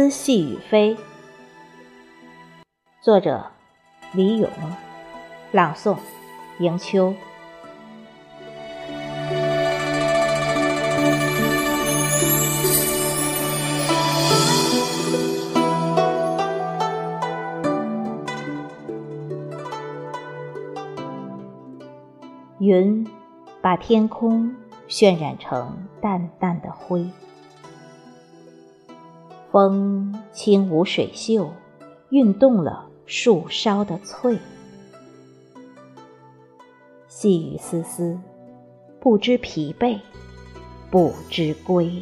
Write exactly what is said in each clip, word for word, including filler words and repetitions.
丝细雨飞。作者李咏，朗诵迎秋。云把天空渲染成淡淡的灰，风轻舞水袖，运动了树梢的翠。细雨丝丝，不知疲惫，不知归。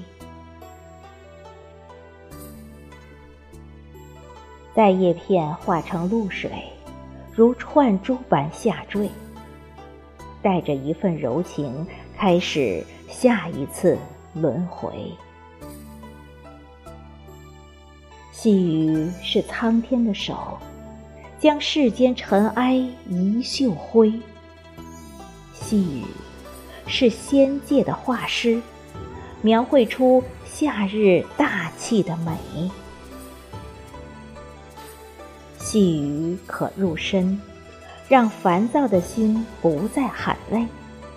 待叶片化成露水，如串珠般下坠，带着一份柔情，开始下一次轮回。细雨是苍天的手，将世间尘埃一袖挥。细雨是仙界的画师，描绘出夏日大气的美。细雨可入身，让烦躁的心不再喊累。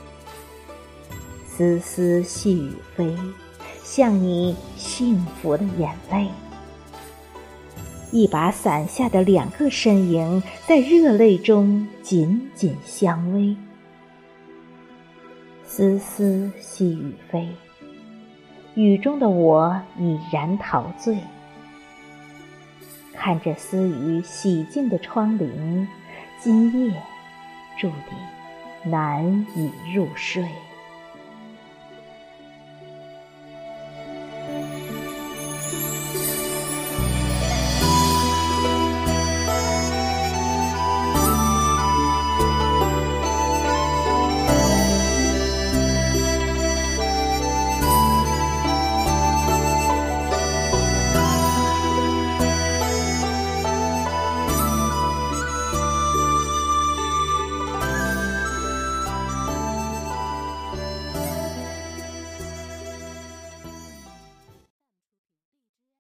丝丝细雨飞，像你幸福的眼泪。一把伞下的两个身影，在热泪中紧紧相偎。丝丝细雨飞，雨中的我已然陶醉，看着丝雨洗净的窗棂，今夜注定难以入睡。